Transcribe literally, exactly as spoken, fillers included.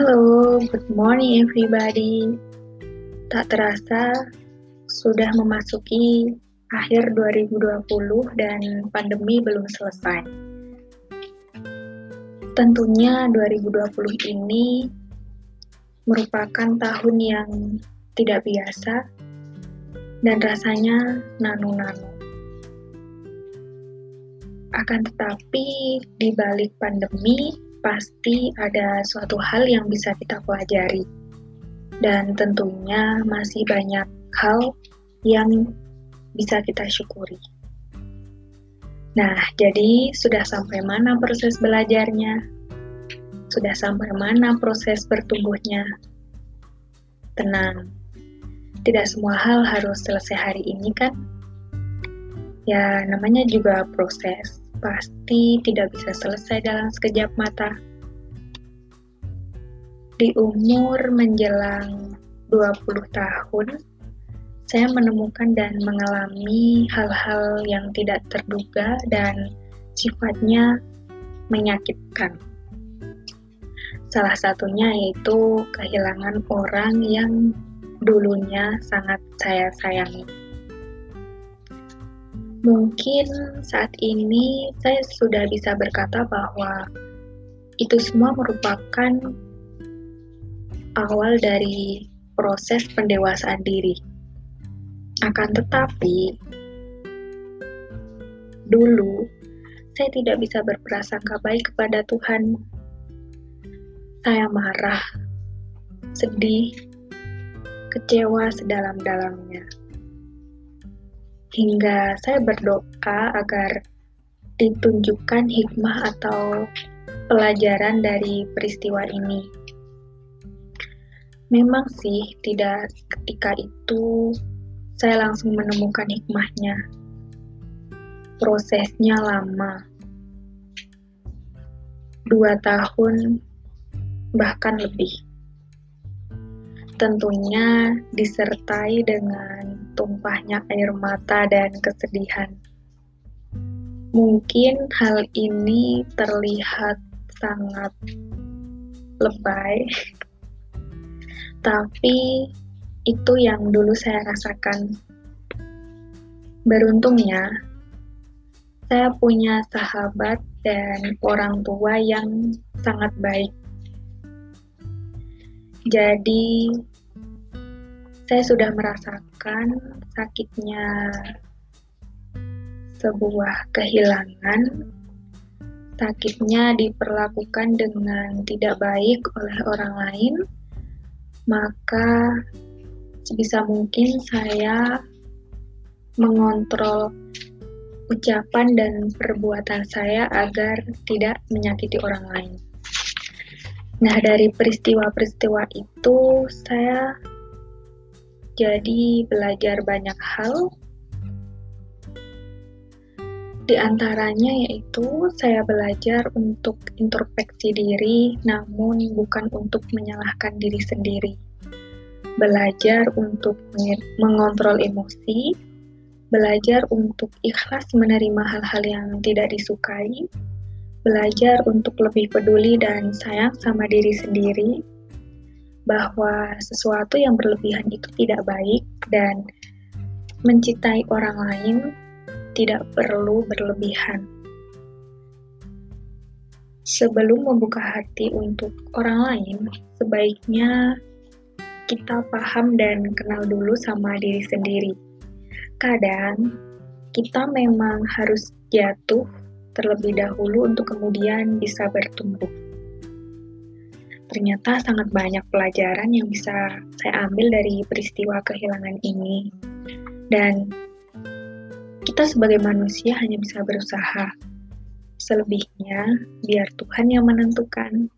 Halo, good morning everybody. Tak terasa sudah memasuki akhir dua ribu dua puluh dan pandemi belum selesai. Tentunya dua ribu dua puluh ini merupakan tahun yang tidak biasa dan rasanya nano-nano. Akan tetapi di balik pandemi pasti ada suatu hal yang bisa kita pelajari. Dan tentunya masih banyak hal yang bisa kita syukuri. Nah, jadi sudah sampai mana proses belajarnya? Sudah sampai mana proses bertumbuhnya? Tenang, tidak semua hal harus selesai hari ini kan? Ya, namanya juga proses, pasti tidak bisa selesai dalam sekejap mata. Di umur menjelang dua puluh tahun, saya menemukan dan mengalami hal-hal yang tidak terduga dan sifatnya menyakitkan. Salah satunya yaitu kehilangan orang yang dulunya sangat saya sayangi. Mungkin saat ini saya sudah bisa berkata bahwa itu semua merupakan awal dari proses pendewasaan diri. Akan tetapi, dulu saya tidak bisa berprasangka baik kepada Tuhan. Saya marah, sedih, kecewa sedalam-dalamnya. Hingga saya berdoa agar ditunjukkan hikmah atau pelajaran dari peristiwa ini. Memang sih tidak ketika itu saya langsung menemukan hikmahnya. Prosesnya lama. Dua tahun, bahkan lebih. Tentunya disertai dengan tumpahnya air mata dan kesedihan. Mungkin hal ini terlihat sangat lebay, tapi itu yang dulu saya rasakan. Beruntungnya, saya punya sahabat dan orang tua yang sangat baik. Jadi, saya sudah merasakan sakitnya sebuah kehilangan, sakitnya diperlakukan dengan tidak baik oleh orang lain, maka sebisa mungkin saya mengontrol ucapan dan perbuatan saya agar tidak menyakiti orang lain. Nah, dari peristiwa-peristiwa itu saya jadi belajar banyak hal. Di antaranya yaitu saya belajar untuk introspeksi diri, namun bukan untuk menyalahkan diri sendiri. Belajar untuk mengontrol emosi, belajar untuk ikhlas menerima hal-hal yang tidak disukai, belajar untuk lebih peduli dan sayang sama diri sendiri, bahwa sesuatu yang berlebihan itu tidak baik dan mencintai orang lain tidak perlu berlebihan. Sebelum membuka hati untuk orang lain, sebaiknya kita paham dan kenal dulu sama diri sendiri. Kadang kita memang harus jatuh terlebih dahulu untuk kemudian bisa bertumbuh. Ternyata sangat banyak pelajaran yang bisa saya ambil dari peristiwa kehilangan ini. Dan kita sebagai manusia hanya bisa berusaha. Selebihnya, biar Tuhan yang menentukan.